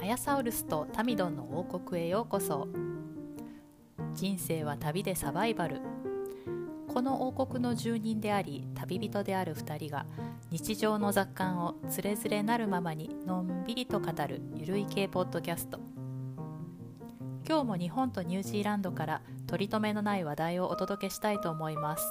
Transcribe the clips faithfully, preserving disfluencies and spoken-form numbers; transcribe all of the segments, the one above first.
ヤサウルスとタミドンの王国へようこそ。人生は旅でサバイバル。この王国の住人であり旅人であるふたりが日常の雑感をつれづれなるままにのんびりと語るゆるい系ポッドキャスト。今日も日本とニュージーランドから取り留めのない話題をお届けしたいと思います。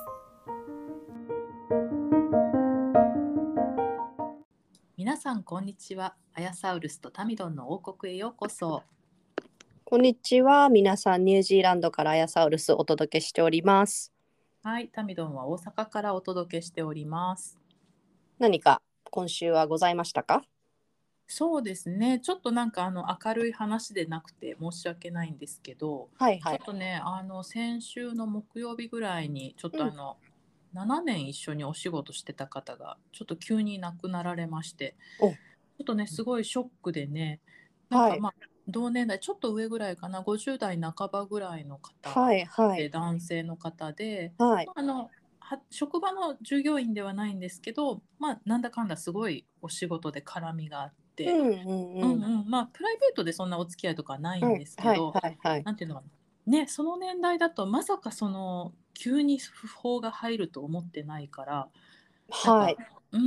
皆さんこんにちは。アヤサウルスとタミドンの王国へようこそ。 こんにちは。皆さんニュージーランドからアヤサウルスお届けしております。 はい、タミドンは大阪からお届けしております。 何か今週はございましたか？ そうですね、ちょっとなんかあの明るい話でなくて申し訳ないんですけど、 はいはい。 ちょっとねあの先週の木曜日ぐらいにちょっとうんあの、ななねん一緒にお仕事してた方がちょっと急に亡くなられまして、 おちょっとねすごいショックでね、なんはいかまあ同年代ちょっと上ぐらいかな、ごじゅう代半ばぐらいの方はいはで、 い男性の方で、 はいあのは職場の従業員ではないんですけど、まあなんだかんだすごいお仕事で絡みがあって、 うんうんうんうんうん、まあプライベートでそんなお付き合いとかはないんはいですけはいど、 はいはいなんていうのかなね、その年代だとまさかその急に訃報が入ると思ってないから、なんか、 はい。 うん、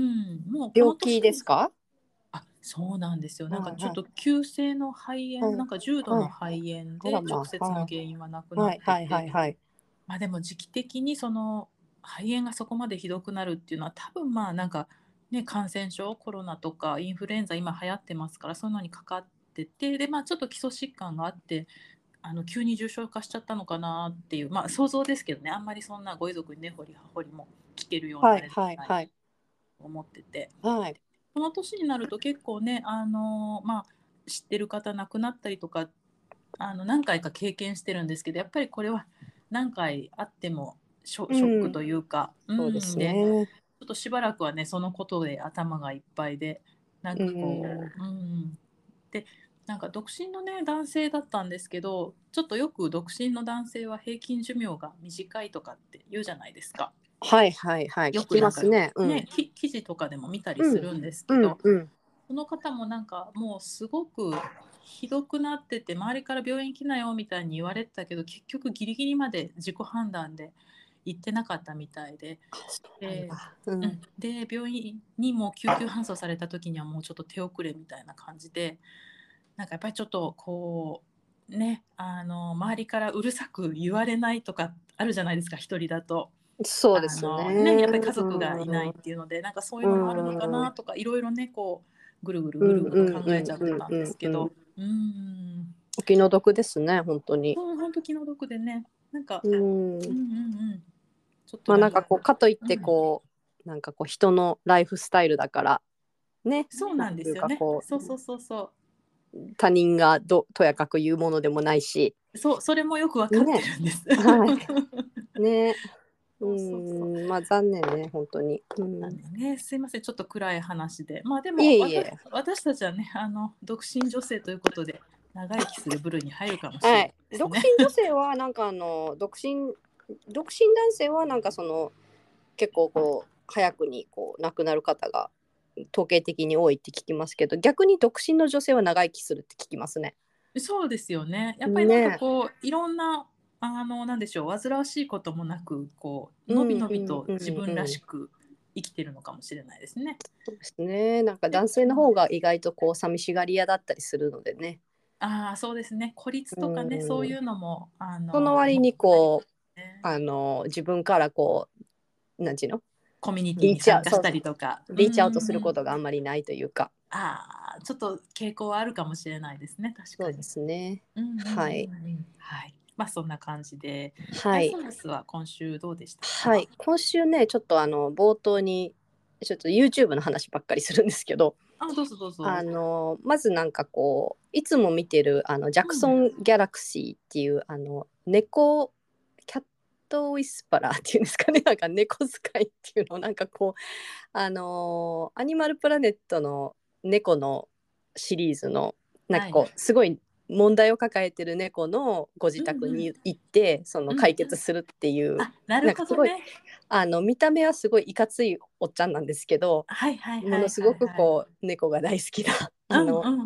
もうこの病年に、 気ですか？ あ、そうなんですよ。なんかはいはいちょっと急性の肺炎、 はいなんか重度のはい肺炎あらで直接まあはいの原因はなくなっはいはいはてて、 いはいまあでも時期的にその肺炎がそこまでひどくなるっていうのは多分まあなんかね、感染症コロナとかインフルエンザ今流行ってますから、そういうのにかかってて、でまあちょっと基礎疾患があって、あの急に重症化しちゃったのかなっていう、まあ想像ですけどね、あんまりそんなご遺族に根掘り葉掘りも聞けるようなはいあれではないはいはいと思ってて、 はいこの年になると結構ね、あのまあ知ってる方亡くなったりとか、あの何回か経験してるんですけど、やっぱりこれは何回あってもショ、ショックうんというか、うそうですんで、 ねちょっとしばらくはねそのことで頭がいっぱいで、なんうかこんう、うん、でなんか独身のね男性だったんですけど、ちょっとよく独身の男性は平均寿命が短いとかって言うじゃないですか。 はいはいはい聞きよくなんかますねうんね、き記事とかでも見たりうんするんですうけど、 んうんその方もなんかもうすごくひどくなってて、周りから病院来なよみたいに言われてたけど、結局ギリギリまで自己判断で行ってなかったみたいで、 あそうなんで、 だううんん、で病院にも救急搬送された時にはもうちょっと手遅れみたいな感じで、なんかやっぱりちょっとこうね、あの周りからうるさく言われないとかあるじゃないですか、一人だと。あそうですのね、 ねやっぱり家う族がいないんっていうので、なんかそういううのもあるのかんなとか、いろいろねこうぐるぐるうんぐるぐる考うんうんえちゃってたんでうんうんうんすけど、うーん、 お気の毒ですね本当に。 そう本当気の毒でね、なんか、 ううんうんんうん、ちょっとまあなんなんか、 かこうかといってうん、 こうなんかこう人のライフスタイルだからねそうなんでなんていうすよね。 かこそうそうそうそう他人がどとやかく言うものでもないしう、そうそれもよくわかってねるんです。 はいねうそうそうそう。 んまあ残念ね本当に、うなんん、 でね、すいません、ちょっと暗い話で。まあでいも私、 えいえ私たちはね、あの独身女性ということで、長生きする部類に入るかもしれないはいですね。 独身女性はなんかあの独身独身男性はなんかその結構こう早くにこう亡くなる方が統計的に多いって聞きますけど、逆に独身の女性は長生きするって聞きますね。 そうですよね。やっぱりなんかねこう、いろんな、あの、なんでしょう、煩わしいこともなく、こう、 うんうんのびのびとうん自分うん。 らしく生きてるのかもしれないですね。 そうですね。なんかで、 男性のうん、 方が意外とこう寂しがり屋だったりするのでね。 ああ、そうですね。孤立うとかね、そういん。 うのも、あそのの、 割にありまこうすね。 あの自分からこうなんていうのコミュニティにリーチアそうそ参加したりとか。 ううんうリーチアウトするんうん。 ことがあんまりないというか。 ああ、ちょっと傾向はあるかもしれないですね。確そうでかに。 すね。 うんうんうんはい。 うん。はい。まあそんな感じで、アイはい。 ソナスは今週どうでしたか？ はい。今週ねちょっとあの冒頭にちょっと YouTube の話ばっかりするんですけど、 あ、どうぞどうあぞ。 のまずなんかこういつも見てるあのジャクソうん。 ン・ギャラクシーっていうあの猫キャットウィスパラーっていうんですかね、なんか猫使いっていうのをなんかこうあのアニマルプラネットの猫のシリーズのなんかはい。 こうすごい問題を抱えてる猫のご自うんうん。 宅に行ってそのうん。 解決するっていうあ、なるなんかすごいほどね。 あの見た目はすごいいかついおっちゃんなんですけど、 はいはいものはいすごくはいはい。 こう猫が大好きなあうんのうん。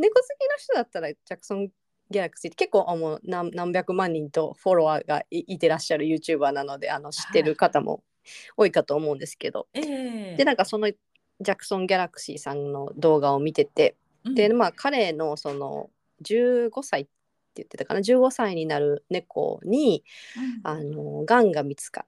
猫好きの人だったらジャクソン・ギャラクシーって結構あもう 何, 何百万人とフォロワーが い, いてらっしゃる YouTuber なので、あの知ってる方も多いかと思うんですけど、 ええでなんかそのジャクソン・ギャラクシーさんの動画を見てて、 うんでまあ彼のそのじゅうごさいって言ってたかな、じゅうごさいになる猫にうんあのがんが見つかって、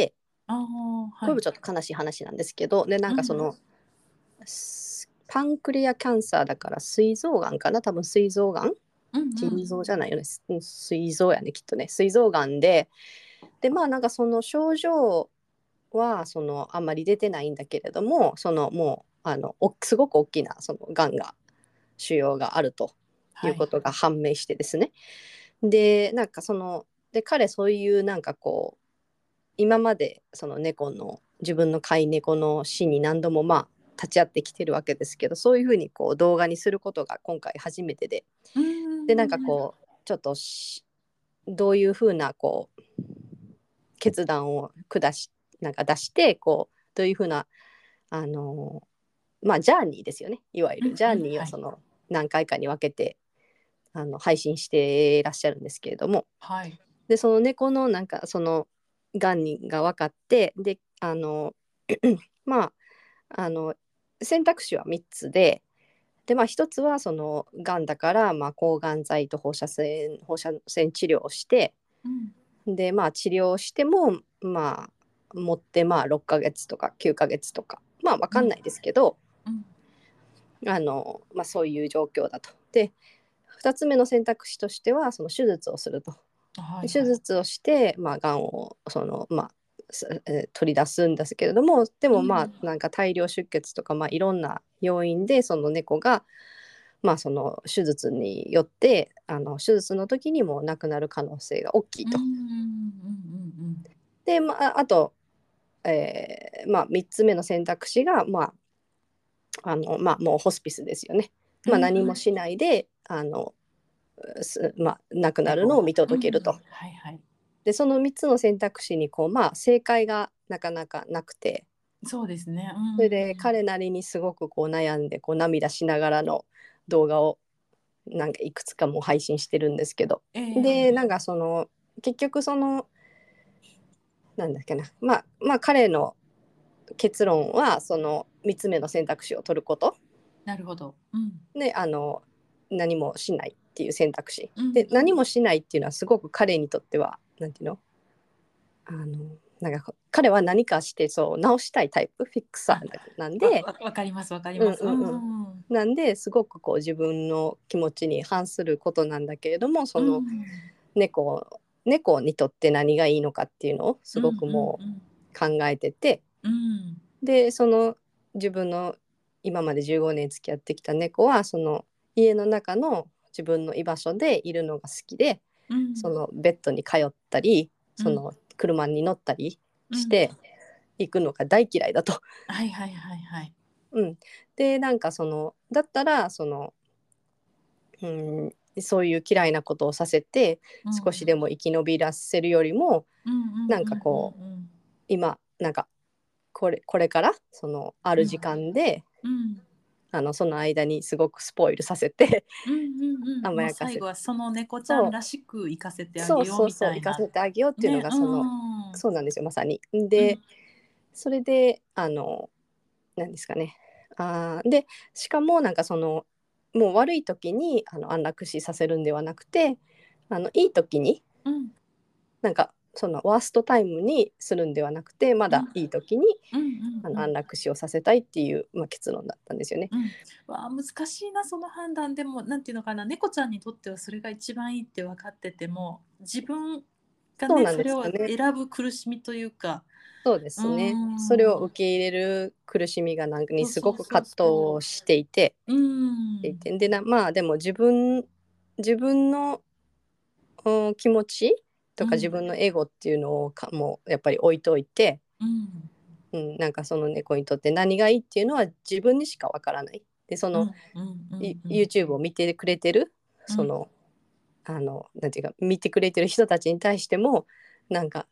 あーはいこれもちょっと悲しい話なんですけど、でなんかその、 うんすパンクリアキャンサーだから膵臓がんかな、多分膵臓がん、 うんうん腎臓じゃないよね、すうん膵臓やねきっとね、膵臓がんで、でまあなんかその症状はそのあんまり出てないんだけれども、そのもうあのおすごく大きなそのがんが腫瘍があるといはいうことが判明してですね、でなんかそので彼そういうなんかこう今までその猫の自分の飼い猫の死に何度もまあ立ち会ってきてるわけですけど、そういうふうにこう動画にすることが今回初めてで、 うんでなんかこうちょっとしどういうふうなこう決断を下しなんか出してこうどういうふうなあのまあジャーニーですよね、いわゆうんるジャーうんはいニーをその何回かに分けてあの配信していらっしゃるんですけれども、 はいでその猫のなんかそのがんが分かって、であのまああの選択肢はみっつで、でまあひとつはそのがんだから、まあ、抗がん剤と放射線放射線治療をして、 うんでまあ治療してもまあ持ってまあろっかげつとかきゅうかげつとかまあ分かんないですけど、 うんあのまあ、そういう状況だと。でふたつめの選択肢としてはその手術をすると。手はいはい術をして、まあ、がんをその、まあすえー取り出すんですけれども、でもまうんあなんか大量出血とか、まあ、いろんな要因でその猫が、まあ、その手術によってあの手術の時にも亡くなる可能性が大きいと。 うんうんうんで、まあ、あと、えーまあ、みっつめの選択肢が、まああのまあ、もうホスピスですよね。まあ、 うんうん何もしないであのす、まあ、亡くなる猫がのを見うん届けると。 はいはいでそのみっつの選択肢にこう、まあ、正解がなかなかなくて、 そうですねうそれでん彼なりにすごくこう悩んでこう涙しながらの動画をなんかいくつかも配信してるんですけど、 えでなんえかその結局そのなんだっけな、まあまあ彼の結論はそのみっつめの選択肢を取ることなるほどうんで、あの何もしないっていう選択肢うんで、何もしないっていうのはすごく彼にとってはなんていうの、あのなんか彼は何かしてそう直したいタイプフィックサあーなんわで、 わわかりますわかりうんますううんうん、 んうんなんですごくこう自分の気持ちに反することなんだけれども、その猫猫にとって何がいいのかっていうのをすうんうごくもんう考えてて、 うんでその自分の今までじゅうごねん付き合ってきた猫はその家の中の自分の居場所でいるのが好きで、 うんそのベッドに通ったりうんその車に乗ったりうんして行くのが大嫌いだと。 はいはいはいはいうん、でなんかそのだったらその、うん、そういう嫌いなことをさせてうん少しでも生き延びらせるよりも、 うんうんなんかこううん今なんかこれこれからそのあうんる時間で、 うんあのその間にすごくスポイルさせてうんうんうんもう甘やかせ最後はその猫ちゃんそうらしく生かせてあそうげようみそうそう行かたいなせてあげようっていうのねうがそのんそうなんですよまさに。 うんでそれであの何ですかね、あーでしかもなんかそのもう悪い時にあの安楽死させるんではなくて、あのいい時にうんなんかそのワーストタイムにするんではなくてまうんだいい時にうんうんあの安うん楽死をさせたいっていう、まあ、結論だったんですよね。 うん、わあ難しいなその判断でもなんていうのかな猫ちゃんにとってはそれが一番いいって分かってても自分がそうなんねそれをですよね。 選ぶ苦しみというかそうでうーすね。それをん受け入れる苦しみがなんかにそうすごそうそうく葛藤そをしていて、 ううーんでなまあでも自分自分のうん気持ちとか自うん分のエゴっていうのをかもうやっぱり置いといて、 うんうん、なんかその猫にとって何がいいっていうのは自分にしかわからない。でその、 うんうんういんうん YouTube を見てくれてるうんそのあのなんていうか見てくれてる人たちに対してもなんか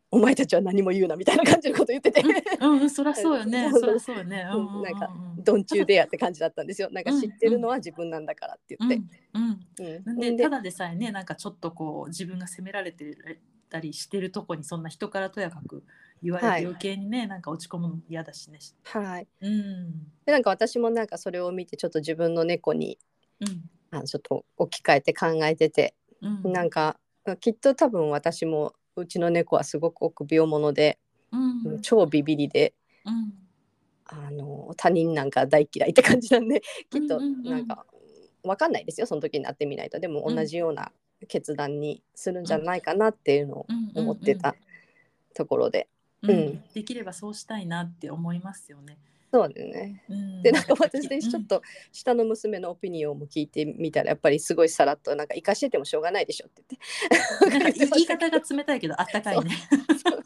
お前たちは何も言うなみたいな感じのこと言ってて、 うんうん、そりゃそうよね。 そうそうそりゃそうよね。うんうんうんうん。 なんかドンチューデアって感じだったんですよ。なんか知ってるのは自分なんだからって言って、 うんうん。で、 うん、でただでさえね、なんかちょっとこう自分が責められてたりしてるとこにそんな人からとやかく言われはいて余計にね、なんか落ち込むのも嫌だしね。 はい、 うんでなんか私もなんかそれを見てちょっと自分の猫にうんあのちょっと置き換えて考えてて、 うんなんかきっと多分私もうちの猫はすごく臆病者で、 うん超ビビりで、 うんあの他人なんか大嫌いって感じなんで、きっとうんうんなんか分かんないですよ、その時になってみないと。でも同うんじような決断にするんうんじゃないかなっていうのをうんうんうん思ってたところで、 うん、 うん、 できればそうしたいなって思いますよね。 そうだよね。 うん、 でなんかなんか私でうん、 ちょっと下の娘のオピニオンも聞いてみたら、やっぱりすごいさらっとなんか生かしててもしょうがないでしょって言ってなんか言ってま言い方がしたけど、 冷たいけどあったかそういね。 そう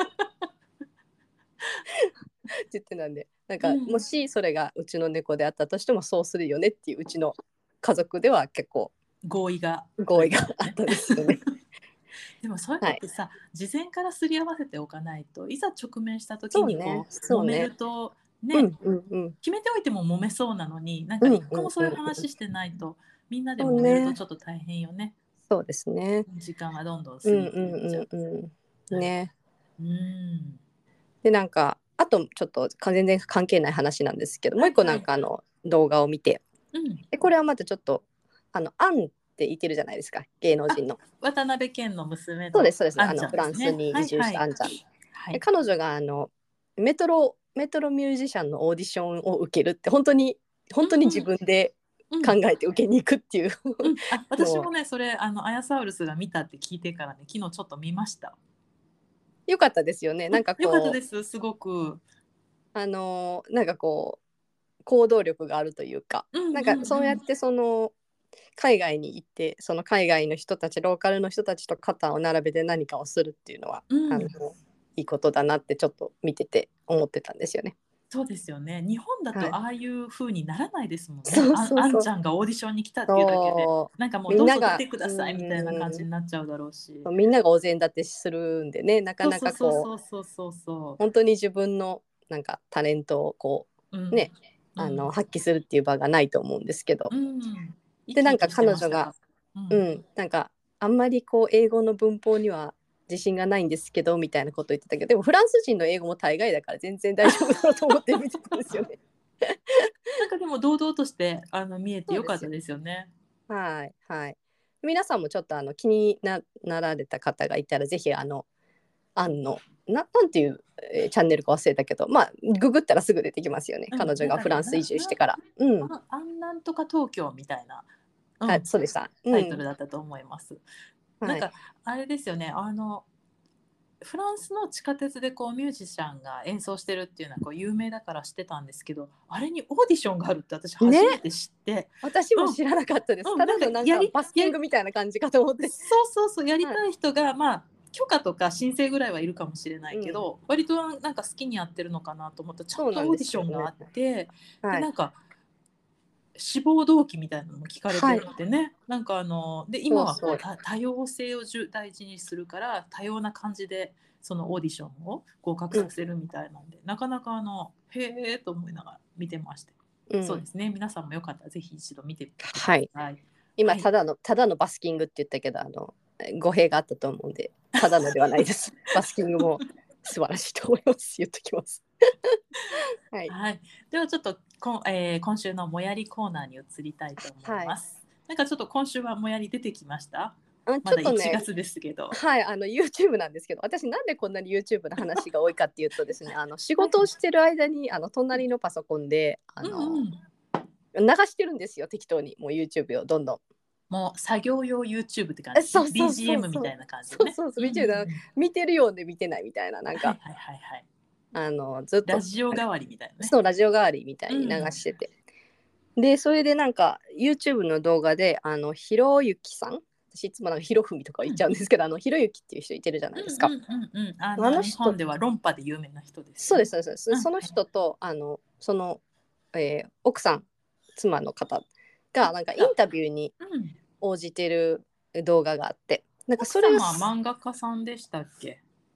って言ってたんで、なんかもうん、 しそれがうちの猫であったとしてもそうするよねっていう、うちの家族では結構合意が合意があったんですよね。 でもそういうはい、 のってさ、事前からすり合わせておかないといざ直面した時そうねにこう揉めそうね、 るとね、 うんうんうん決めておいても揉めそうなのに、なんうんか一個もそういううんうん、 話してないとみんなでそう揉めるとね、 ちょっと大変よね。 そうですね、 時間はどんどん過ぎうんうんていっちゃう。 うんうん、 なるほね。 ど。うん。 でなんかあとちょっと全然関係ない話なんですけど、もう一個なんはいはい。 かあの動画を見て、 うん。 でこれはまたちょっとあのアンって言ってるじゃないですか、芸能あ、 人の。 渡辺謙の娘のそうですそうです、 あんちあのフランスゃんですね。 に移住しはいはい。 たアンちゃんで、 はい。 彼女があのメトロメトロミュージシャンのオーディションを受けるって、本当に本当に自分で考うんうんえて受けに行くっていううん。あ、 のを、 私もね、それあのアヤサウルスが見たって聞いてからね、昨日ちょっと見ました。 よかったですよね。なんかよかったでこうす、すごく。 あのなんかこう行動力があるというか、 うんうんなんかそうやうん。 ってその海外に行って、その海外の人たち、ローカルの人たちと肩を並べて何かをするっていうのは、あのうん。 いいことだなってちょっと見てて思ってたんですよね。 そうですよね。日本だはい、 とああいう風にならないですもんね。 そうあんあんそうそうちゃんがオーディションに来たっていうだけで、 そう、 なんかもうどうみんながぞ出てくだうさいみたいな感じーになっちゃうだろうし。 んみんながお膳立てするんでね、なかなそうそうそうかこうそうそうそうそ本当に自分のなんかタレントをこう。ううね、 ん。うあのん。 発揮するっていう場がないと思うんですけど、 うん。生でなんかき生きして彼女がましたか。うん。 うん、なんかあんまりこう英語の文法には自信がないんですけどみたいなこと言ってたけど、でもフランス人の英語も大概だから全然大丈夫だろうと思って見てたんですよね。 なんかでも堂々としてあの見えてよかったそうですよ。 ですよね。 はいはい。皆さんもちょっとあの気にななられた方がいたらぜひあのアンのななんていう、えーチャンネルか忘れたけど、まあググったらすぐ出てきますよね。 うん。 彼女なんかね、 がフランス移なな住してから。うん。 ああんなんとか東京みたいな、うあ、 ん、 そうでした。うタイトルん。 だったと思います。なんはい。 かあれですよね。あのフランスの地下鉄でこうミュージシャンが演奏してるっていうのはこう有名だから知ってたんですけど、あれにオーディションがあるって私ね、 初めて知って、 私もうん知らなかったです。 うん、なんかただのなんやりかバスキやりングみたいな感じかと思って。 そうそうそう、やりはい。 たい人がまあ許可とか申請ぐらいはいるかもしれないけうん。 ど、割となんか好きにやってるのかなと思ったらちゃんそうなんとオーディですよね。 ションがあって、ではい。 なんか志望動機みたいなのも聞かれてはい。 るってね。なんかあので今はこうそうそう。 多多様性を重大事にするから多様な感じでそのオーディションを合格うん。 させるみたいなんで、なかなかあのへえと思いながら見てまして、 うん。 そうですね、皆さんもよかったらぜひ一度見てみてくだはい。 さい。は今い。 ただのただのバスキングって言ったけど、あの語弊があったと思うんで、ただのではないです。バスキングも素晴らしいと思います。言っときます。はい。 はい、ではちょっとこん、えー今週のもやりコーナーに移りたいと思いはい。 ます。なんかちょっと今週はもやり出てきました？ あ、ちまだ1 ょっとね、 月ですけど。 はい、あの YouTube なんですけど、私なんでこんなに YouTube の話が多いかっていうとですね、あの仕はい。 事をしてる間にあの隣のパソコンであうんのうん。 流してるんですよ、適当にもう YouTube をどんどん。 もう作業用 YouTube って感え、 じですね。 そうそうそうビージーエム みそう。 たいな感じでね。 そうそうそう、 うんうんう YouTube だん。 見てるようで見てないみたいな、なんかはいはいはいはい。 あのずっとラジオ代わりみたいなね。 そうラジオ代わりみたいに流うん。 してて、でそれでなんか YouTube の動画であのひろゆきさん、私いつもなんかひろふみとか言っちゃうんですけど、あのひろゆきっていう人いてるじゃないですか。 うんうんうんうん。ああのの日本人、 では論破で有名な人ですよね。 そうですそうです、 うん。 そのはい。 人とあのその、えー奥さん、妻の方があ、 なんかインじゃあ、 タビューにうん。 応じてる動画があって、なんか奥それが様は漫画家さんでしたっけ？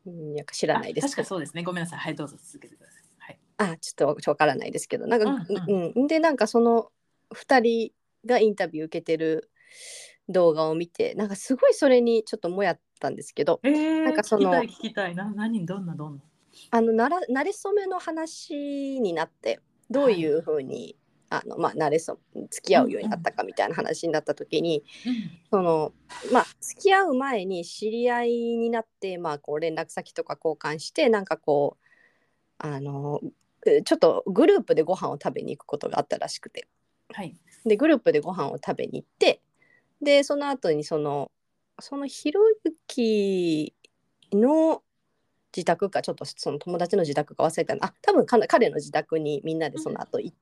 んなんか知らないです確かけど、 そうですね。ごめんなさい。はい、どうぞ続けてください。はい。 あちょっとわからないですけどなんか、 うんうん、でなんかそのふたりがインタビュー受けてる動画を見てなんかすごいそれにちょっともやったんですけど、 うん。えー、 なんかそ聞きたいの聞きたい。な、何、どんなどんな。 あのなら慣れ初めの話になってどうはい。 いうふうにあの、まあ、慣れそ付きうん合うようになったかみたいな話になった時に、 うん。 そのまあ付き合う前に知り合いになって、まあ、こう連絡先とか交換してなんかこうあのちょっとグループでご飯を食べに行くことがあったらしくて、 はい。 でグループでご飯を食べに行って、でその後にそのそのひろゆきの自宅かちょっとその友達の自宅か忘れたのあ多分か彼の自宅にみんなでその後行って、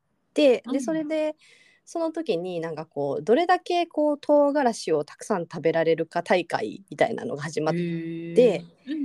うんでそれでその時になんかこうどれだけこう唐辛子をたくさん食べられるか大会みたいなのが始まへっえ。 て、 うんうん。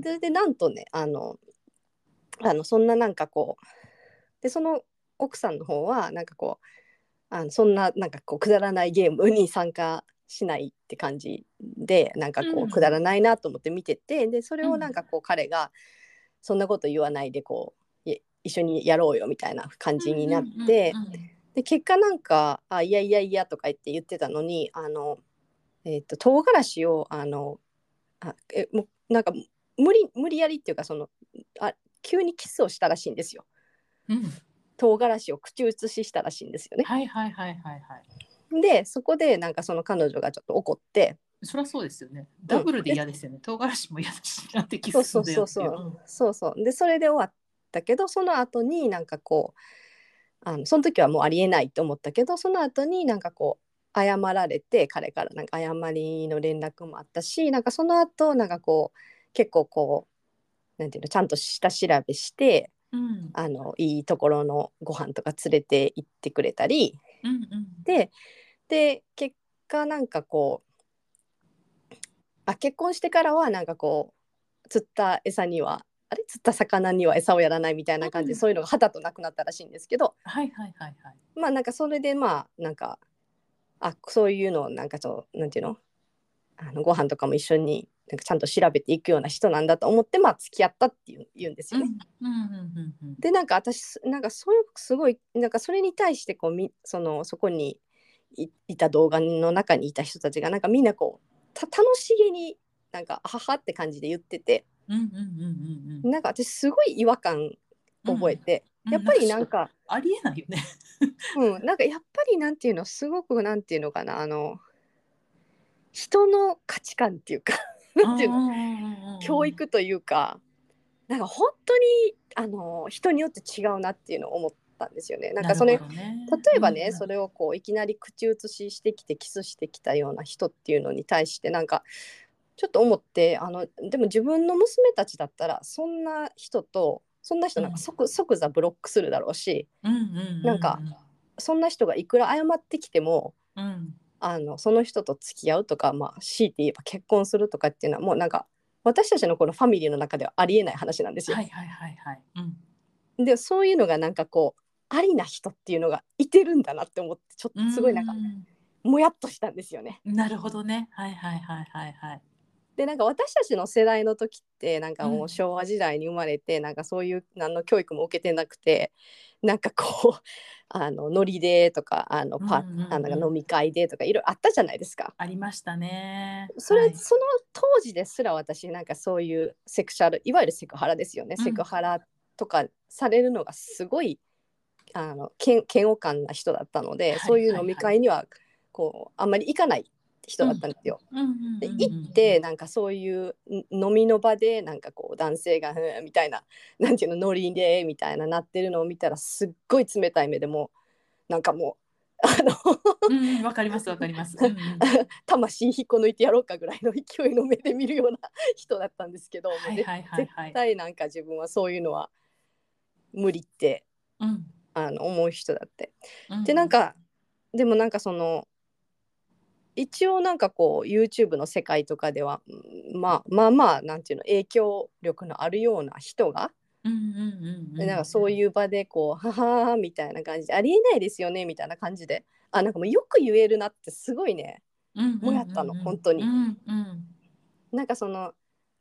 ででなんとねあのあのそんななんかこうでその奥さんの方はなんかこうあのそんななんかこうくだらないゲームに参加しないって感じでなんかこうくだらないなと思って見てて、でそれをなんかこう彼がそんなこと言わないでこうい一緒にやろうよみたいな感うんうんじになっうんて、 うん。 で結果なんかあいやいやいやとか言って言ってたのにあの、えー、と唐辛子をあのあえもうなんか無理無理やりっていうかそのあ急にキスをしたらしいんですよ。 うん。 唐辛子を口移ししたらしいんですよね。 はいはいはいはいはい。 でそこでなんかその彼女がちょっと怒って、 そりゃそうですよね。 うん、 ダブルでで嫌ですよね。唐辛子も嫌だし、なんてキスすんそうそうだよっていう。 そうそううん。 そうそうでそれで終わったけどその後になんかこうあのその時はもうありえないと思ったけどその後になんかこう謝られて彼からなんか謝りの連絡もあったしなんかその後なんかこう結構こうなんていうのちゃんと下調べしてうんあのいいところのご飯とか連れて行ってくれたりうんうん。 でで結果なんかこうあ結婚してからはなんかこう釣った餌にはあれ釣った魚には餌をやらないみたいな感じでそういうのが肌となくなったらしいんですけど、 はいはいはいはい。 まあなんかそれでまあなんかあそういうのをなんかちょなんていうのあのご飯とかも一緒になんかちゃんと調べていくような人なんだと思ってまあ付き合ったっていう言うんですよね。 うんうんうんうんでなんか私なんかそういうすごいなんかそれに対してこうみそのそこにい、いた動画の中にいた人たちがなんかみんなこうた楽しげになんか母って感じで言ってて、 うんうんうんうんなんか私すごい違和感うんうん覚えて、 うん。 やっぱなんかちょっとりなんか、 ありえないよね。 うん、なんかやっぱりなんていうのすごくなんていうのかなあの人の価値観っていうかなうんうんていうのんうんうんうん。 教育というかなんか本当にあの人によって違うなっていうのを思ったんですよね。なんなるほかそれ例どね。 えばね、 うんうんそれをこういきなり口移ししてきてキスしてきたような人っていうのに対してなんかちょっと思ってあのでも自分の娘たちだったらそんな人とそんな人なんか即即座ブロックするだろうし、 うんうんうんなんかそんな人がいくら謝ってきてもうんうんあのその人と付き合うとか、まあ、強いて言えば結婚するとかっていうのはもうなんか私たちのこのファミリーの中ではありえない話なんですよ。 はいはいはいはい。うんでそういうのがなんかこうありな人っていうのがいてるんだなって思ってちょっうーとすごいなんかん。 もやっとしたんですよね。 なるほどね。はいはいはいはいはい。 でなんか私たちの世代の時ってなんかもううん昭和時代に生まれてなんかそういう何の教育も受けてなくてなんかこうあのノリでとかあのうんパうんあの飲うん。 み会でとかいろいろあったじゃないですか。 ありましたね。 それはい。 その当時ですら私なんかそういうセクシャルいわゆるセクハラですよね、セクうんハラとかされるのがすごいあの嫌嫌悪感な人だったのではいそういう飲みはいはい。 会にはこうあんまり行かない人うんだったんですよ。 うんうんうんで行っうんてなんかそういうん飲みの場でなんかこう男性が「うん」みたいななんていうのノリでみたいななってるのを見たらすっごい冷たい目でもうなんかもうあのうんうん。わかりますわかります。うんうん。 魂引っこ抜いてやろうかぐらいの勢いの目で見るような人だったんですけどもうぜはいはいはい絶はい。 対なんか自分はそういうのは無理ってうんあの思う人だって。 うんでなんかでもなんかその一応なんかこう YouTube の世界とかではうんまあまあまあなんていうの影響力のあるような人がうんうんうんうん。 なんかそういう場でこう「ははは」みたいな感じで「ありえないですよね」みたいな感じであなんかもうよく言えるなってすごいねうんうんうんもやったの本当に。 うんうんなんかその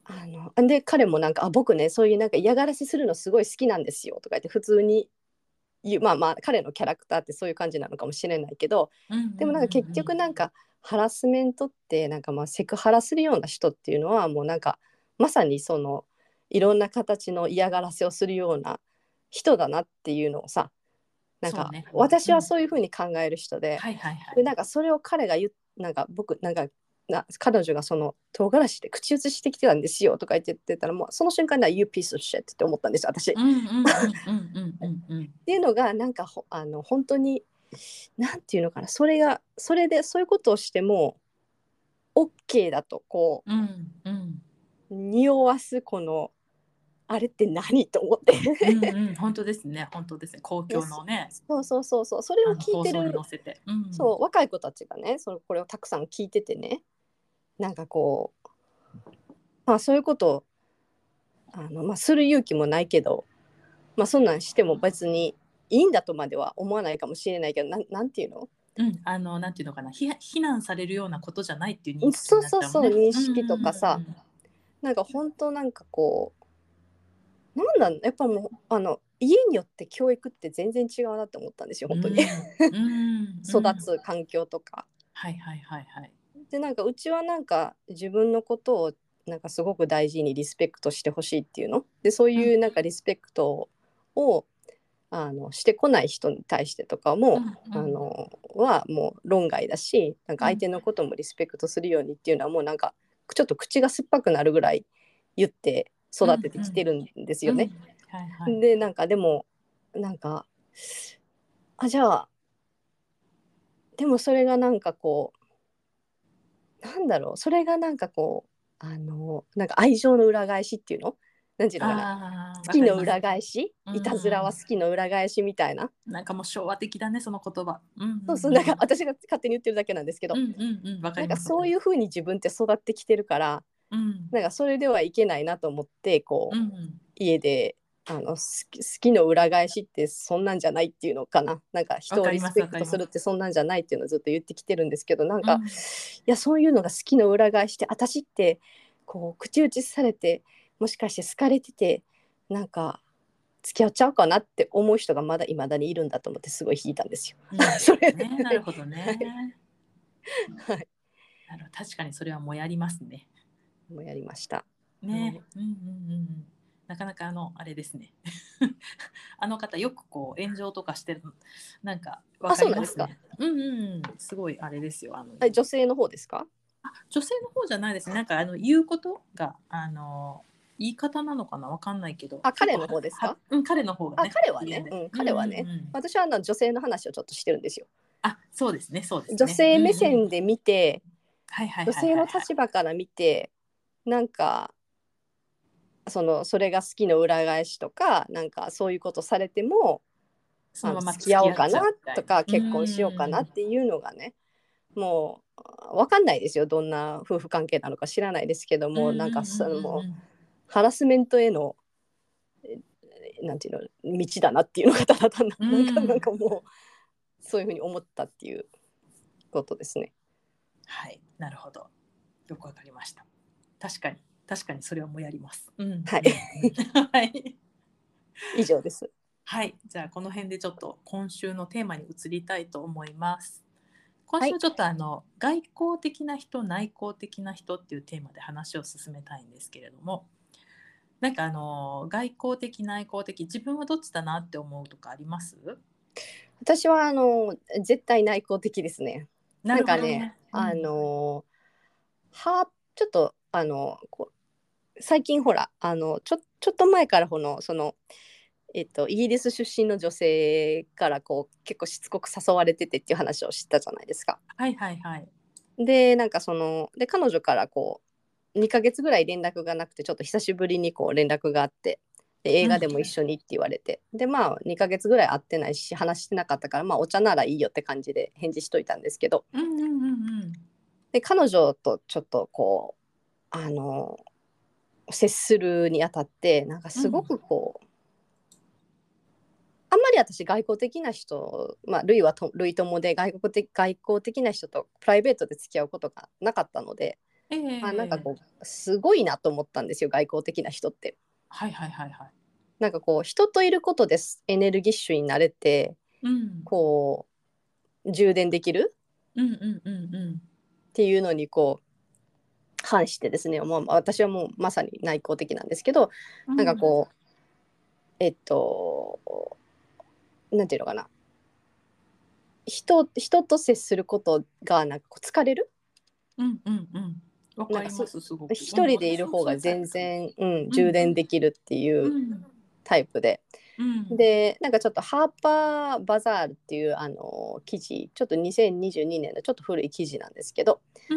あので彼もなんかあ僕ねそういうなんか嫌がらせするのすごい好きなんですよとか言って普通に言う。まあまあ彼のキャラクターってそういう感じなのかもしれないけど、 うんうんでもなんか結局なんかハラスメントってなんかまあセクハラするような人っていうのはもうなんかまさにそのいろんな形の嫌がらせをするような人だなっていうのをさ、なんかそうね。 私はうん。 そういうふうに考える人で、 はいはいはい。 でなんかそれを彼が言うなんか僕なんかな彼女がその唐辛子で口移ししてきてたんですよとか言って言ってたらもうその瞬間には You piece of shit って思ったんですよ私。っうんうんうんうんうんうんうん。 ていうのがなんかほあの本当になんていうのかな、それがそれでそういうことをしても OK だとこうんうんう匂わすこのあれって何と思ってうんうん、本当ですね、本当ですね。公で共のね、 そうそうそうそうそれをあの放送に聞いてる載せて。うん。 そう若い子たちがねそのこれをたくさん聞いててね、なんかこうまあそういうことをあの、まあ、する勇気もないけど、まあ、そんなんしても別にいいんだとまでは思わないかもしれないけどなんなんていうの、 うん、あの、なんていうのかな、ひ非難されるようなことじゃないっていう認識になっそうそうちゃうもんね。 そう認うんうん識とかさ、 うんなんか本当なんかこうなんだやっぱもうあの家によって教育って全然違うなって思ったんですようん。 本当に。 うんうんう育ん。 つ環境とかはいはいはいはい。 で、なんかうちはなんか自分のことをなんかすごく大事にリスペクトしてほしいっていうので、そううんいうなんかリスペクトをあのしてこない人に対してとかもうんうんあのはもう論外だし、なんかうん相手のこともリスペクトするようにっていうのはもうなんかちょっと口が酸っぱくなるぐらい言ってうん育ててきてるんですうん。 よね。 はいはい。 でなんかでもなんかあじゃあでもそれがなんかこうなんだろうそれがなんかこうあのなんか愛情の裏返しっていうのなんていうのかな、 ああ、 好わかります。 きの裏返しうんいたずらは好きの裏返しみたいな、 なんかもう昭和的だね、その言葉。うんうんそうそうなんかうん。 私が勝手に言ってるだけなんですけど、 うんうんうん、わかなんかりますわかります。 そういう風に自分って育ってきてるからうん。 なんかそれではいけないなと思ってこううんうん。 家であの好き、好きの裏返しってそんなんじゃないっていうのかな、なんか人をリスわかりますペクトするっわかります。 てそんなんじゃないっていうのをずっと言ってきてるんですけど、なんかうん。 いやそういうのが好きの裏返しって私ってこう口打ちされてもしかして好かれててなんか付き合っちゃうかなって思う人がまだいまだにいるんだと思ってすごい引いたんですよ。 なるほそれどね、なるほどはいね。 はいなるほど、確かにそれはもやりますね。 もうやりました。うんね、うんうんうんうん。なかなかあのあれですね。あの方よくこう炎上とかしてるなんかわあかそうなんですか。 りますね。うんうんうん。すごいあれですよ。あのあ女性の方ですか。 あ女性の方じゃないですね。なんかあの言うことがあの言い方なのかなわかんないけど、結構はあ彼の方ですはか。 うん彼の方があ、 ね彼はね、 発言で。 うん、 うんうんう彼はね、 ん。 私はあの女性の話をちょっとしてるんですよ。 あそうですねそうですね。うん女性目うん。 線で見て、 はいはい女性のはいはいはい。 立場から見て、なんかそのそれが好きの裏返しとか、なんかそういうことされても、 そのままあの付き付き合っち合おうかなゃうみたいな。 とか、 う結婚しようかなーん。 っていうのがね、もう分かんないですよ。どんな夫婦関係なのか知らないですけどうんうも、なんかんうんそのうんハラスメントへのえなんていうの道だなっていうのがただ単なうん。 なんかなんうん。 かもうそういうふうに思ったっていうことですね。 はい、なるほど。よくわかりました。確かに、確かにそれはもうやります。うんうんはい、 うん。はい。 以上です。 はい、じゃあこの辺でちょっと今週のテーマに移りたいと思います。今はい、 週はちょっとあの外交的な人、内向的な人っていうテーマで話を進めたいんですけれども、なんかあの外交的、内向的、自分はどっちだなって思うとかあります？ 私はあの絶対内向的ですね。 なるほなんかね、 どね。うあん。 のはちょっとあのこう最近ほらあのちょちょっと前からこのそのえっとイギリス出身の女性からこう結構しつこく誘われててっていう話を知ったじゃないですか。 はいはいはい。 でなんかそので彼女からこうにかげつぐらい連絡がなくてちょっと久しぶりにこう連絡があってで映うん。 画でも一緒にって言われてでまあにかげつぐらい会ってないし話してなかったからまあお茶ならいいよって感じで返事しといたんですけどうんうんうんうん。 で彼女とちょっとこうあの接するにあたってなんかすごうん。 くこうあんまり私外交的な人、まあ、ルイはとルイ友で外国的外交的な人とプライベートで付き合うことがなかったのでえあなんかえ、 こうすごいなと思ったんですよ、外交的な人って。 はいはいはいはい。 なんかこう人といることですエネルギッシュになれて、 うん。 こう充電できるうんうんうんうん。 っていうのにこう反してですね、もう私はもうまさに内向的なんですけど、なんかうん。 こうえっとなんていうのかな、人人と接することがなんかこう疲れる、 うんうんうん。わなんかそかります、すごく。うん、 一人でいる私も方が全そういうタイプ。 然、うん、充うん。 電できるっていううん。 タイプで。 うん。 でなんかちょっとハーパーバザールっていうあの記事、ちょっとにせんにじゅうにねんのちょっと古い記事なんですけど、 うん。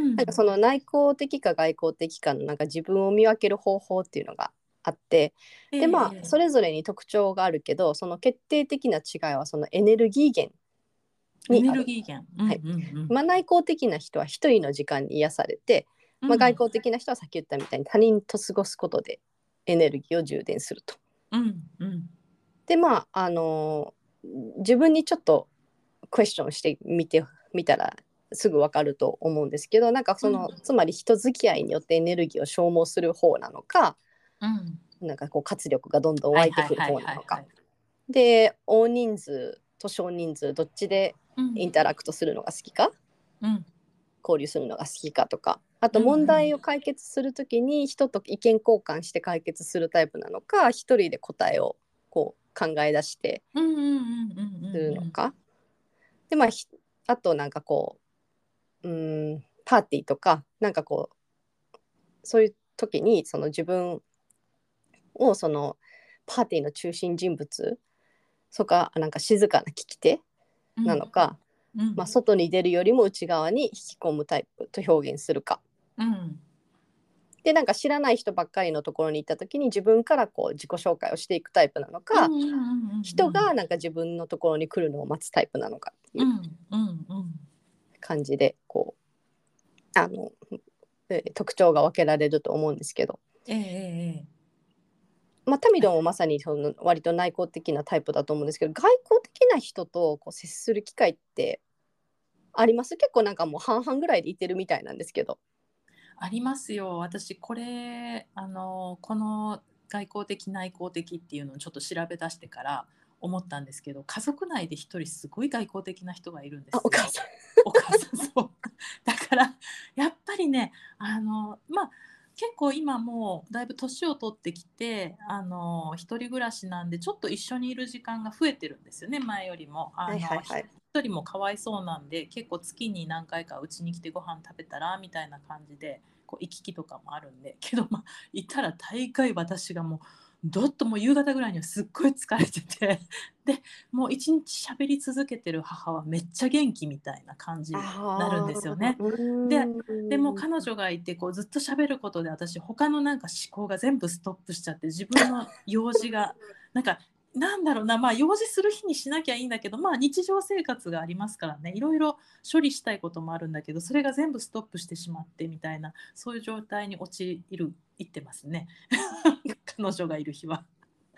なんかその内向的か外向的かのなんか自分を見分ける方法っていうのがあって、 えでまあそえ、 れぞれに特徴があるけど、その決定的な違いはそのエネルギー源エネにある。 ルギー源。うんうはい。 んまあ、内向的な人は一人の時間に癒されて、まあ、外うん。 向的な人はさっき言ったみたいに他人と過ごすことでエネルギーを充電すると。 うんうんでまああの自分にちょっとクエスチョンしてみてみたらすぐ分かると思うんですけど、なんかそのうん。 つまり人付き合いによってエネルギーを消耗する方なのか、 うん。 なんかこう活力がどんどん湧いてくるはいはいはい方なのか、 はいはい。 で大人数と少人数どっちでうん。 インタラクトするのが好きか、 うん。 交流するのが好きかとか、あとうんう問題をん。 解決するときに人と意見交換して解決するタイプなのか、一人で答えをこう考え出してうんうんうんうんうするんうん。 のか。でまああとなんかこう、うーんパーティーとかなんかこうそういう時にその自分をそのパーティーの中心人物、そかなんか静かな聞き手うんなのか、まあ、 うん外に出るよりも内側に引き込むタイプと表現するか。 うん。 でなんか知らない人ばっかりのところに行った時に自分からこう自己紹介をしていくタイプなのか、 うんうんうん人がなんか自分のところに来るのを待つタイプなのかっていううんうんうん感じでこうあの、えー特徴が分けられると思うんですけど、 ええええ、 まあ、タミドもまさにその割と内向的なタイプだと思うんですけど、外向的な人とこう接する機会ってあります？結構なんかもう半々ぐらいでいてるみたいなんですけど。 ありますよ。私これあのこの外交的内向的っていうのをちょっと調べ出してから思ったんですけど、家族内で一人すごい外交的な人がいるんであ、おすよ。 母さん。 お母さん、そう。だからやっぱりね、あのまあ結構今もうだいぶ年を取ってきて、あの一人暮らしなんでちょっと一緒にいる時間が増えてるんですよね、前よりも。あはいはいのひはい。 一人もかわいそうなんで、結構月に何回かうちに来てご飯食べたらみたいな感じでこう行き来とかもあるんで、けどまあいたら大概私がもうどっともう夕方ぐらいにはすっごい疲れてて、でもう一日喋り続けてる母はめっちゃ元気みたいな感じになるんああ、 ですよね。 うででもーん。 彼女がいてこうずっと喋ることで私他のなんか思考が全部ストップしちゃって、自分の用事がなんかなんだろうな、まあ用事する日にしなきゃいいんだけど、まあ日常生活がありますからね、いろいろ処理したいこともあるんだけど、それが全部ストップしてしまってみたいな、そういう状態に陥るいってますね。彼女がいる日は。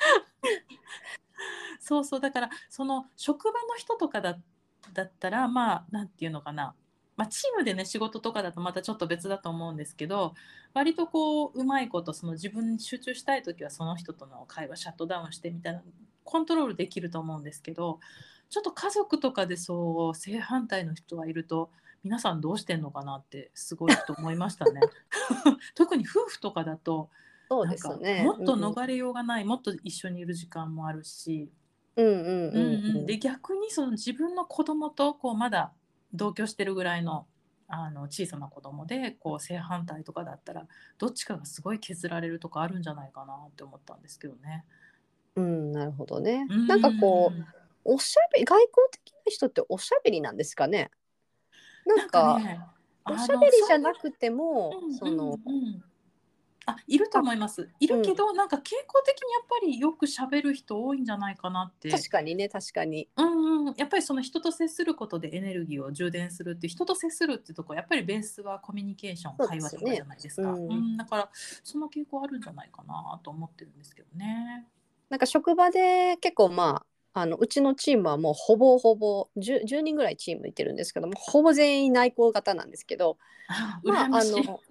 そうそう、だからその職場の人とかだだったら、まあなんていうのかな、まあ、チームでね仕事とかだとまたちょっと別だと思うんですけど、割とこううまいことその自分に集中したい時はその人との会話シャットダウンしてみたいなコントロールできると思うんですけど、ちょっと家族とかでそう正反対の人がいると、皆さんどうしてんのかなってすごいふと思いましたね。特に夫婦とかだとそうでなんかすね。 もっうん、 と逃れようがない、もっと一緒にいる時間もあるし、 うんうんうんうんうん。 うん、で逆にその自分の子供とこうまだ同居してるぐらいの、あの小さな子供でこう正反対とかだったらどっちかがすごい削られるとかあるんじゃないかなって思ったんですけどね。 うん、なるほどね。 うなんかこう、 ん、 おしゃべり、外交的な人っておしゃべりなんですかね。なんなんかか、 ね、 おしあゃべりじゃのそうなくても、 いうその、 んうんうん、あ、いるとあ、 思います。いるうん、 けどなんか傾向的にやっぱりよく喋る人多いんじゃないかなって確かにね、確かに。 うんうん、やっぱりその人と接することでエネルギーを充電するっていう人と接するっていうところやっぱりベースはコミュニケーションそうで会話すね。 とかじゃないですか、ううん。 ん、だからその傾向あるんじゃないかなと思ってるんですけどね。 なんか職場で結構まあ、あのうちのチームはもうほぼほぼ じゅう, じゅうにんぐらいチームいてるんですけども、ほぼ全員内向型なんですけど、 あ、 まあ羨ましい。 あの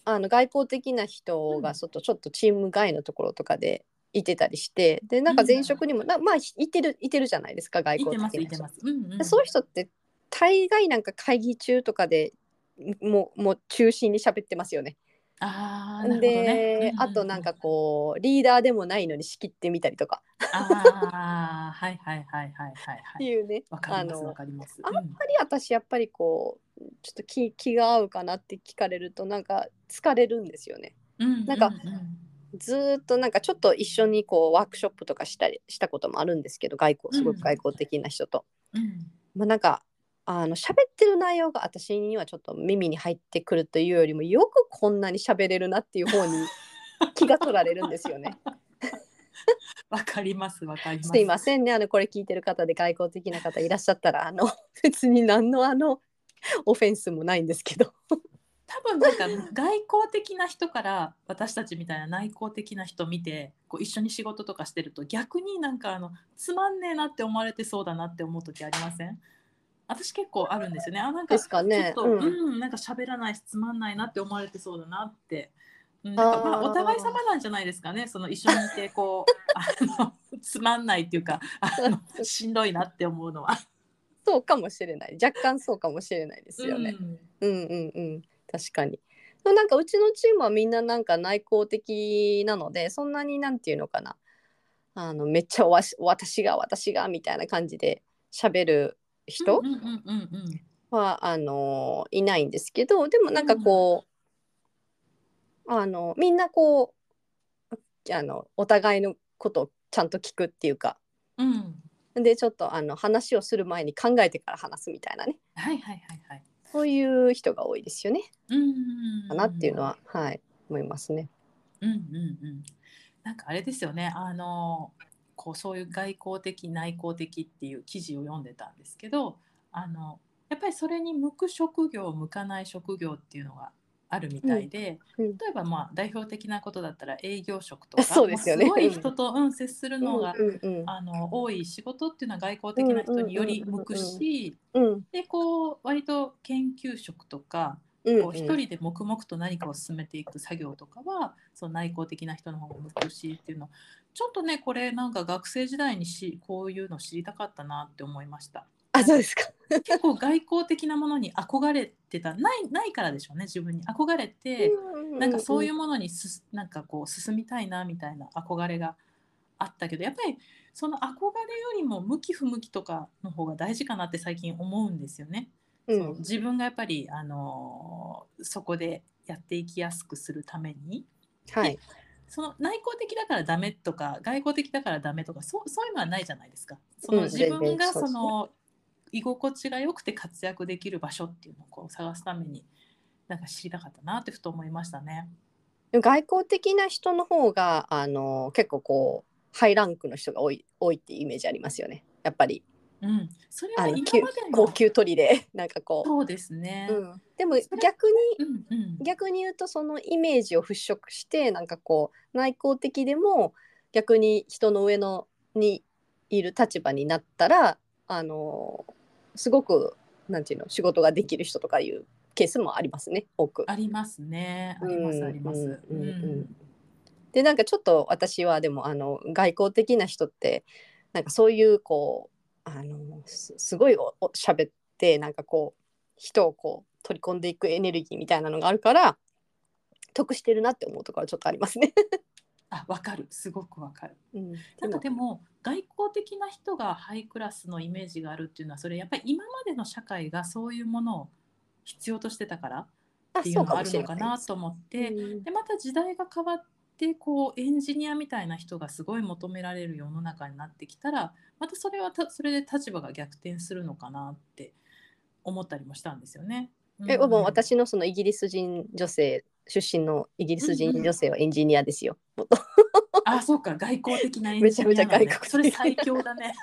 あの外交的な人うんが外ちょっとチーム外のところとかでいてたりして、でなんかうん前職にもなまあいてるいてるじゃないですか、外交いてます的な人。 いてます。うんうん。 でそういう人って大概なんか会議中とかでもうもう中心に喋ってますよね。 ああ、なるほどね。うんうであとんうん。 なんかこうリーダーでもないのに仕切ってみたりとかああ、はいはいはいはいはいはい。 っていうね、 わかりますわあのかります。 あんまうん。 り私やっぱりこうちょっと気、気が合うかなって聞かれるとなんか疲れるんですよね。 うんうんなんかうん。 ずーっとなんかちょっと一緒にこうワークショップとかしたりしたこともあるんですけど、外交すごく外うん交的な人と、 うん。 まあ、なんかあの喋ってる内容が私にはちょっと耳に入ってくるというよりも、よくこんなに喋れるなっていう方に気が取られるんですよね。 わかりますわかりすいます。 ませんね、あのこれ聞いてる方で外交的な方いらっしゃったら、あの別に何のあのオフェンスもないんですけど。 多分なんか外交的な人から私たちみたいな内向的な人見てこう一緒に仕事とかしてると逆になんかあのつまんねえなって思われてそうだなって思う時ありません？私結構あるんですよね。あ、なんかですかね。 ちょっとうん。 うんなんか喋らないしつまんないなって思われてそうだなって。うん、だからまあお互い様あなんじゃないですかね。その一緒にいてこうあのつまんないっていうかああ、 のしんどいなって思うのは。 そうかもしれない。若干そうかもしれないでうすよね。 ん。 うんうんうん。確かに。でもなんかうちのチームはみんななんか内向的なので、そんなになんていうのかな。あのめっちゃわし私が私がみたいな感じで喋る人うんうんうんうんうんはあのいないんですけど、でもなんかうんこうあのみんなこうあのお互いのことをちゃんと聞くっていうか、 うんでちょっとあの話をする前に考えてから話すみたいなね、 はいはいはいはい。 そういう人が多いですよね。 うんうんかなっていううんのは、はい、思いますね。 うんうんうんなんかあれですよね。あのこうそういう外交的内向的っていう記事を読んでたんですけど、あのやっぱりそれに向く職業向かない職業っていうのがあるみうん、 たいで、 うん、 例えばまあ代表的なことだったら営業職とかそうですよね。 もうすごい人と、うん、接するうん、 のがうん、うん、 あの多い仕事っていうのは外交うん、 的な人うん、 により向くうん、 し、 うん、うん、 でこう割と研究職とかうん、 こう一人で黙々と何かを進めていく作業とかはその内向的な人の方が向くしっていうのちょっとねこれなんか学生時代にしこういうの知りたかったなって思いました。 あ、 なんかそうですか。 結構外交的なものに憧れてたないないからでしょうね自分に憧れうてん、うん、 なんかそううん、 いうものにすなんかこう進みたいなみたいな憧れがあったけどやっぱりその憧れよりも向き不向きとかの方が大事かなって最近思うんですよね。そのうん、 自分がやっぱり、あのそこでやっていきやすくするためにではい。 その内向的だからダメとか外向的だからダメとかそうそういうのはないじゃないですか。そのうん、 自全然分がそうですね。 その居心地が良くて活躍できる場所っていうのをこう探すためになんか知りたかったなってふと思いましたね。 でも外交的な人の方があの結構こうハイランクの人が多い多いっていうイメージありますよね。やっぱりうん、それはあの今級までの高級取りでなんかこそうですう、うね。 ん、でもそれ逆にうんうん逆に言うとそのイメージを払拭してなんかこう内向的でも逆に人の上のにいる立場になったらあのすごくなんていうの仕事ができる人とかいうケースもありますね、多く。 ありますね。あうりますあんうんります。 ううんうん。 ん。 でなんかちょっと私はでもあの外交的な人ってなんかそういうこうあのすすごいおお喋ってなんかこう人をこう取り込んでいくエネルギーみたいなのがあるから得してるなって思うところはちょっとありますね。 あ、わかる。すごくわかる。 うん、 なんかでもでも外交的な人がハイクラスのイメージがあるっていうのはそれやっぱり今までの社会がそういうものを必要としてたからっていうあそうかものはあるのしれないです。 かなと思っうてん、 でまた時代が変わってこうエンジニアみたいな人がすごい求められる世の中になってきたらまたそれはたそれで立場が逆転するのかなって思ったりもしたんですよね。うえもうん、 私のそのイギリス人女性出身のイギリうん、 ス人うん。 女性はエンジニアですよ。もっとあ、そうか、外交的なエンジめちゃめちゃニアなのね。 外国それ最的な。 強だね。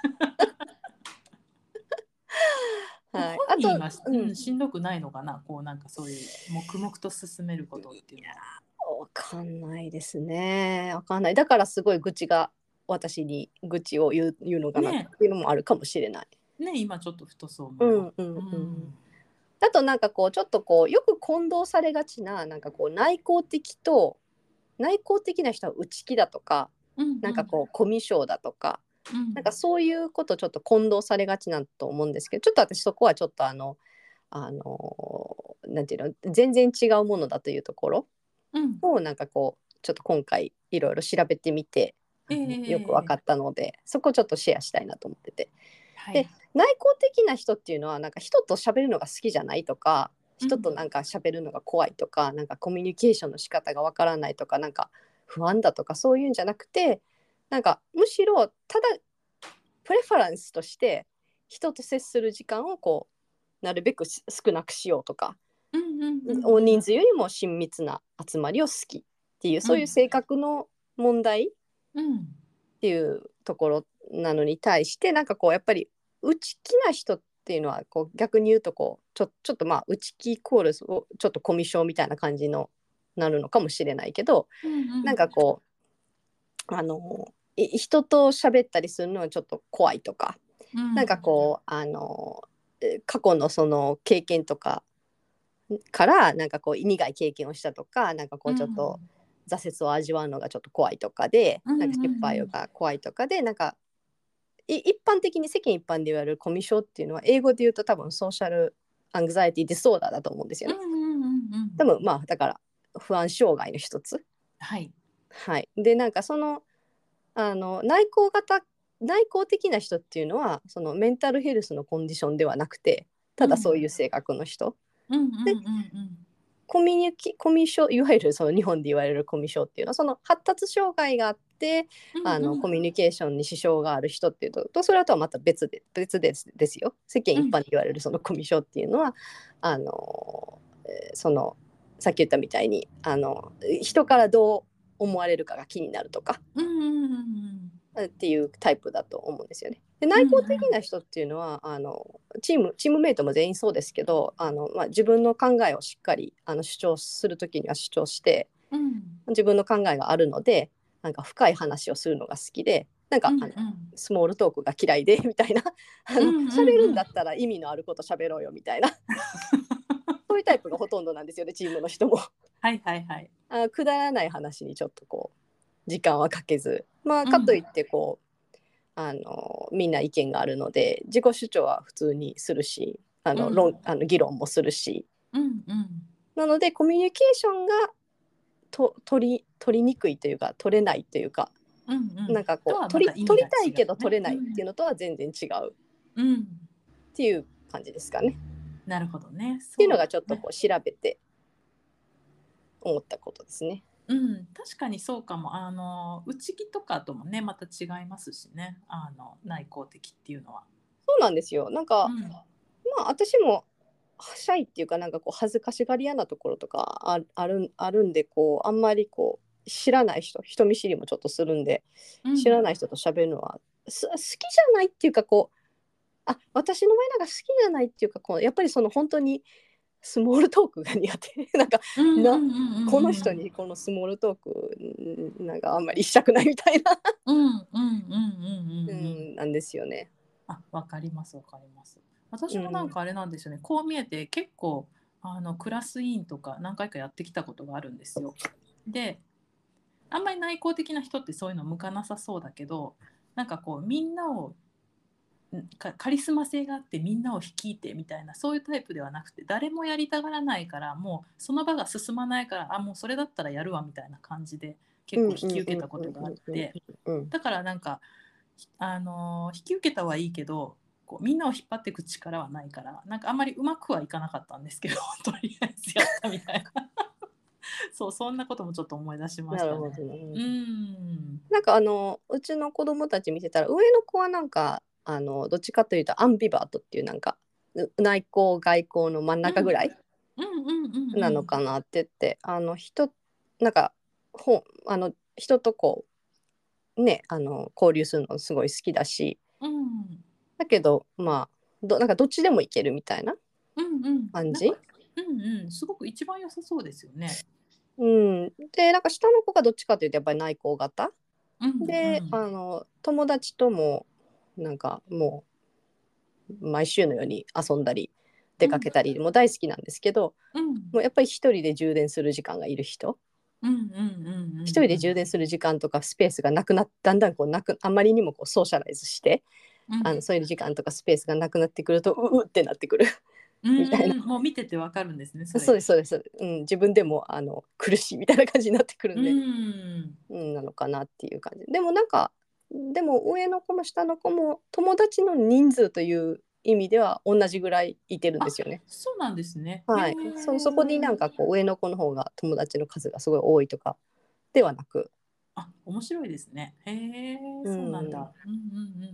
本はい。あと、 人は、 うん、 うん、しんどくないのかな、こうなんかそういう黙々と進めることっていうのは。 わかんないですね。わかんない。だからすごい愚痴が私に愚痴を言う、言うのかなっねていうのもあるかもしれない。 え、ねえ、今ちょっとふとそう思います。 うんうんううん。 ん。 あとなんかこうちょっとこうよく混同されがちななんかこう内向的と内向的な人は内気だとか、 うんうん、 なんかこうコミュ障だとか、 うん、 なんかそういうことちょっと混同されがちなんと思うんですけど、ちょっと私そこはちょっとあのあのなんていうの全然違うものだというところうん、 をなんかこうちょっと今回いろいろ調べてみて、あえのよく分かー、 ったのでそこをちょっとシェアしたいなと思ってて。ではい、 内向的な人っていうのはなんか人と喋るのが好きじゃないとか、 うん、 人となんか喋るのが怖いとか、なんかコミュニケーションの仕方がわからないとか、なんか不安だとかそういうんじゃなくて、なんかむしろただプレファランスとして人と接する時間をこうなるべく少なくしようとか、 うんうんうん大うん、 人数よりも親密な集まりを好きっていう、そういう性格の問題っうん、 ていうところなのに対して、なんかこうやっぱり内気な人っていうのはこう逆に言うとこうちょ、ちょっとまあ内気イコールちょっとコミュ障みたいな感じのなるのかもしれないけど、 うんうん、 なんかこうあの人と喋ったりするのはちょっと怖いとか、 うん、 なんかこうあの過去のその経験とかからなんかこう苦い経験をしたとか、なんかこうん、 うちょっと挫折を味わうのがちょっと怖いとかで、 うんなんか失敗が怖いとかで、なんか一般的に世間一般で言われるコミュ障っていうのは英語で言うと多分ソーシャルアングザイティディソーダーだと思うんですよね。 うんうんうん、 多分まあだから不安障害の一つ。 はい、 はい。でなんかそのあの内向型内向的な人っていうのはそのメンタルヘルスのコンディションではなくて、ただそういう性格の人うんうんで、 うんコミュニケコミュ障いわゆるその日本で言われるコミュ障っていうのはその発達障害があってあうんうんのコミュニケーションに支障がある人っていうと、とそれとはまた別で別ですですよ。世間うん一般で言われるそのコミュ障っていうのはあの、えーそのさっき言ったみたいにあの人からどう思われるかが気になるとかうんうんうんっていうタイプだと思うんですよね。でうん内向的な人っていうのはあのチームチームメイトも全員そうですけど、あの、まあ、自分の考えをしっかりあの主張する時には主張してうん自分の考えがあるので、なんか深い話をするのが好きで、なんうんかあのスモールトークが嫌いでみたいな、あのうん喋るんだうん、 ったら意味のあること喋ろうよみたいなそういうタイプがほとんどなんですよね、チームの人も。 はいはいはい、 あくだらない話にちょっとこう時間はかけず、まあうん、 かといってこうあのみんな意見があるので自己主張は普通にするし、あの論うんあの議論もするし、 うんうんなのでコミュニケーションがと取り取りにくいというか取れないというか、 うんうん、 なんかこうとはま取り取た意味が違りたいけどうね。 取れないっていうのとは全然違うっうん、うん、 ていう感じですかね。 なるほどね。 っていうそうのがちょっとね。 こう調べて思ったことですね。 うん、確かにそうかも。あの内気とかともねまた違いますしね。あの内向的っていうのは。 そうなんですよ。なんかうん、 まあ私もシャイっていうかなんかこう恥ずかしがり屋なところとかああるあるんで、こうあんまりこう知らない人人見知りもちょっとするんで、 うん、 知らない人と喋るのはす好きじゃないっていうか、こうあ私の前なんか好きじゃないっていうか、こうやっぱりその本当にスモールトークが苦手なんかうん、うん、 なうん、うん、 この人にこのスモールトークなんかあんまりしたくないみたいな、 うん、うん、うん、うん、うん、 ううん。 ん、なんですよね。 あ、わかりますわかります。私もなんうん、 かあれなんですよね。こう見えて結構あのクラス委員とか何回かやってきたことがあるんですよ。で、あんまり内向的な人ってそういうの向かなさそうだけど、なんかこうみんなをカリスマ性があってみんなを率いてみたいなそういうタイプではなくて、誰もやりたがらないからもうその場が進まないから、あもうそれだったらやるわみたいな感じで結構引き受けたことがあって、だからなんかあの引き受けたはいいけどこうみんなを引っ張っていく力はないから、なんかあんまりうまくはいかなかったんですけどとりあえずやったみたいなそう、そんなこともちょっと思い出しまなしたね。 るほどね。 うん、 なんかあのうちの子供たち見てたら上の子はなんかあのどっちかというとアンビバートっていうなんか内向外向の真ん中ぐらいうんうんうんなのかなって言って、あの人なんかほあの人とこうねあの交流するのすごい好きだし、 うんうんだけどまあどなんかどっちでもいけるみたいなうんうん、 感じ。 なんかうんうん、すごく一番良さそうですよね。 うん、でなんか下の子がどっちかというとやっぱり内向型うんで、あの友達ともなんかもう毎週のように遊んだり出かけたりも大好きなんですけど、 うんもうやっぱり一人で充電する時間がいる人、 うんうんうんうん、 一人で充電する時間とかスペースがなくなっだんだんこうなくあまりにもこうソーシャライズして、 うん、 あのそういう時間とかスペースがなくなってくるとううってなってくるみたいな。 うん、もう見ててわかるんですね、それ。 そうですそうです、うん、自分でもあの苦しいみたいな感じになってくるうんで、 ん、 うん、なのかなっていう感じでもなんかでも上の子も下の子も友達の人数という意味では同じぐらいいてるんであ、 すよね。 そうなんですね。へはい、そそこになんえ。 かこう上の子の方が友達の数がすごい多いとかではなく、 あ、面白いですね。へえ、 うそうなんん、 だ。うんうんうんうん。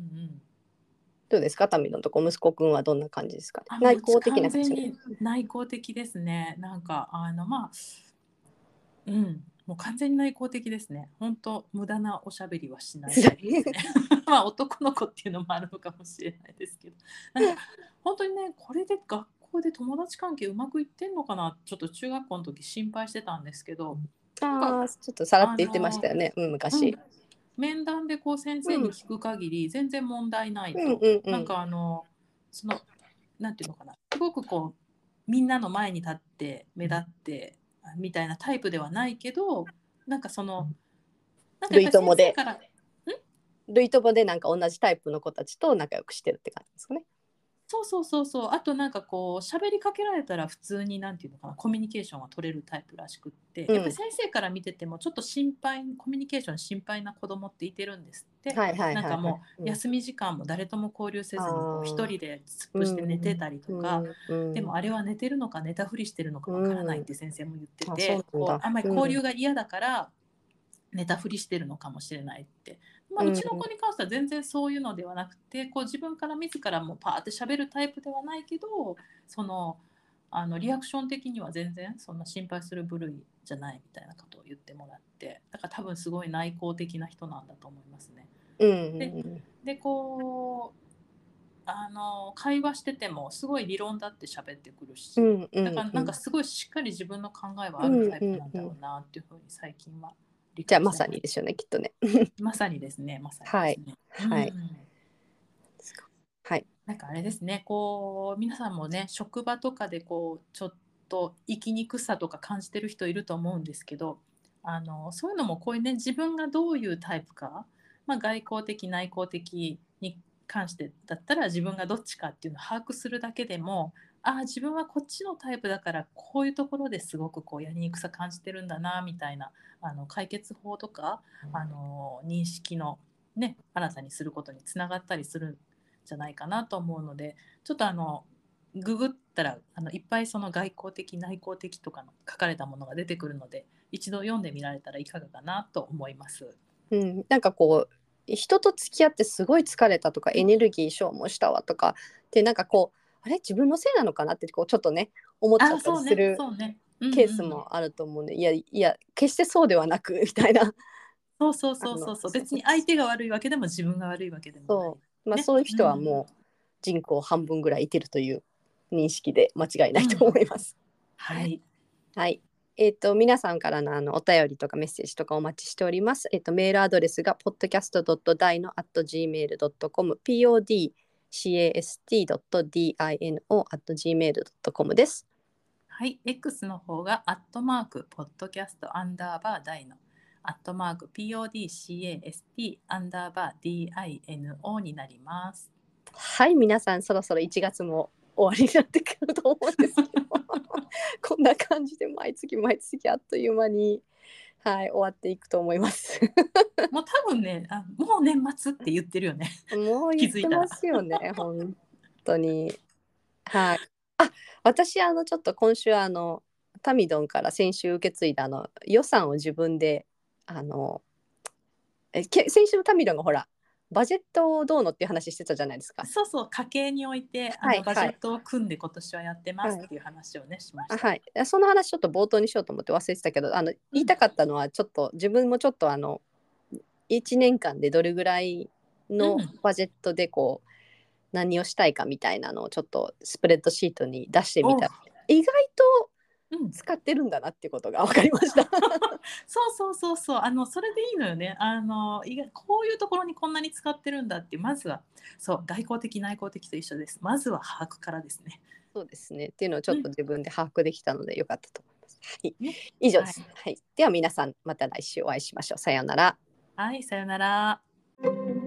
どうですかタミのとこ息子くんはどんな感じですかね。 あ、もううち内向的な感じね。 完全に内向的ですね。なんかあのまあ、うん、もう完全に内向的ですね。本当無駄なおしゃべりはしないタイプですね。まあ男の子っていうのもあるのかもしれないですけど、なんか本当にね、これで学校で友達関係うまくいってんのかな、ちょっと中学校の時心配してたんですけど、なんかああ、ちょっとさらっあて言ってましたの、 よね、うん、 うん、 昔。 面談でこう先うん、 生に聞く限り全然問題ないうんと。なんうんうん。 かあのそのなんていうのかな、すごくこうみんなの前に立って目立ってみたいなタイプではないけど、なんかそのなんかやっぱり先類友で、 生からん類友でなんか同じタイプの子たちと仲良くしてるって感じですかね。 そうそうそうそう、あとなんかこう喋りかけられたら普通になんていうのかな、コミュニケーションが取れるタイプらしくって、やっぱりうん。 先生から見ててもちょっと心配、コミュニケーション心配な子供っていてるんですって。 はいはいはいはい。 なんかもううん、 休み時間も誰とも交流せあずにこう一あ、 人で突っう伏して寝てたん、 りとか、 うん、うん、 でもあれは寝てるのか寝たふりしてるのかわからないっうん。 て先生も言ってあ、そうて、 なんだ。 こうあんまりうん、 交流が嫌だから寝たふりしてるのかもしれないって。まあ、ううん、 ちの子に関しては全然そういうのではなくて、こう自分から自らもパーって喋るタイプではないけど、そのあのリアクション的には全然そんな心配する部類じゃないみたいなことを言ってもらって、だから多分すごい内向的な人なんだと思いますね。 うで、 ん、 でこうあの会話しててもすごい理論だって喋ってくるし、 うん、うん、 だからうん、 なんかすごいしっかり自分の考えはあるうん、 タイプなんだろうん。 うなっていうふうに最近は理じゃあま解してます。 さにですよね、きっとね。 まさにですね、まさにではい、 すね。うはい、 ん。 はい。 なんかあれですね、こう皆さんもね、職場とかでこうちょっと生きにくさとか感じてる人いると思うんですけど、あのそういうのもこういうね、自分がどういうタイプか、まあ、外交的内向的に関してだったら自分がどっちかっていうのを把握するだけでも、ああ自分はこっちのタイプだからこういうところですごくこうやりにくさ感じてるんだなみたいな、あの解決法とかあの認識のね新たにすることにつながったりするんじゃないかなと思うので、ちょっとあのググったらあのいっぱいその外交的内向的とかの書かれたものが出てくるので、一度読んでみられたらいかがかなと思います。 うん、なんかこう人と付き合ってすごい疲れたとかエネルギー消耗したわとかってなんかこうあれ自分のせいなのかなってこうちょっとね思っちゃったりあ、そうね、 するそうね。うんうケースん。 もあると思うんで、いやいや決してそうではなくみたいな。 そうそうあのそうそうそう。 そうそう別に相手が悪いわけでも自分が悪いわけでもない。 そう、まあ、 ね。 そういう人はうん。 もう人口半分ぐらいいてるという認識で間違いないとうん。 思います。 はい。 はい。えっ、と、皆さんからのあのお便りとかメッセージとかお待ちしております。えっ、と、メールアドレスが ポッドキャストドットダイノ アットジーメールドットコム、ピーオーディーキャストドットディーアイエヌオー アットジーメールドットコム です。 はい。X の方がアットマークポッドキャストアンダーバーダイのアットマーク ピーオーディーキャスト アンダーバー ディーアイエヌオー になります。 はい、皆さんそろそろいちがつも終わりになってくると思うんですけどこんな感じで毎月毎月あっという間に、はい、終わっていくと思いますもう多分ね、あ、もう年末って言ってるよね。 もう言ってま気づいたら。 すよね本当に。はい。あ、私あのちょっと今週あのタミドンから先週受け継いだあの予算を自分であのえけ先週のタミドンがほらバジェットをどうのっていう話してたじゃないですか。 そうそう、家計においてあのバジはいはいェットを組んで今年はやってまはいすっていう話をねしました。 あはい、その話ちょっと冒頭にしようと思って忘れてたけどあのうん言いたかったのはちょっと自分もちょっとあのいちねんかんでどれぐらいのうんバジェットでこう何をしたいかみたいなのをちょっとスプレッドシートに出してみおう、 たら意外とうん、 使ってるんだなっていうことが分かりましたそうそうそうそう、あのそれでいいのよね。あの意外こういうところにこんなに使ってるんだっていう、まずはそう外交的内向的と一緒です。まずは把握からですね。 そうですねっていうのをちょっと自分で把握できたのでよかったと思います。はい、 ね、 以上です。 はい、 はい、では皆さんまた来週お会いしましょう。さようなら。 はい、さよなら。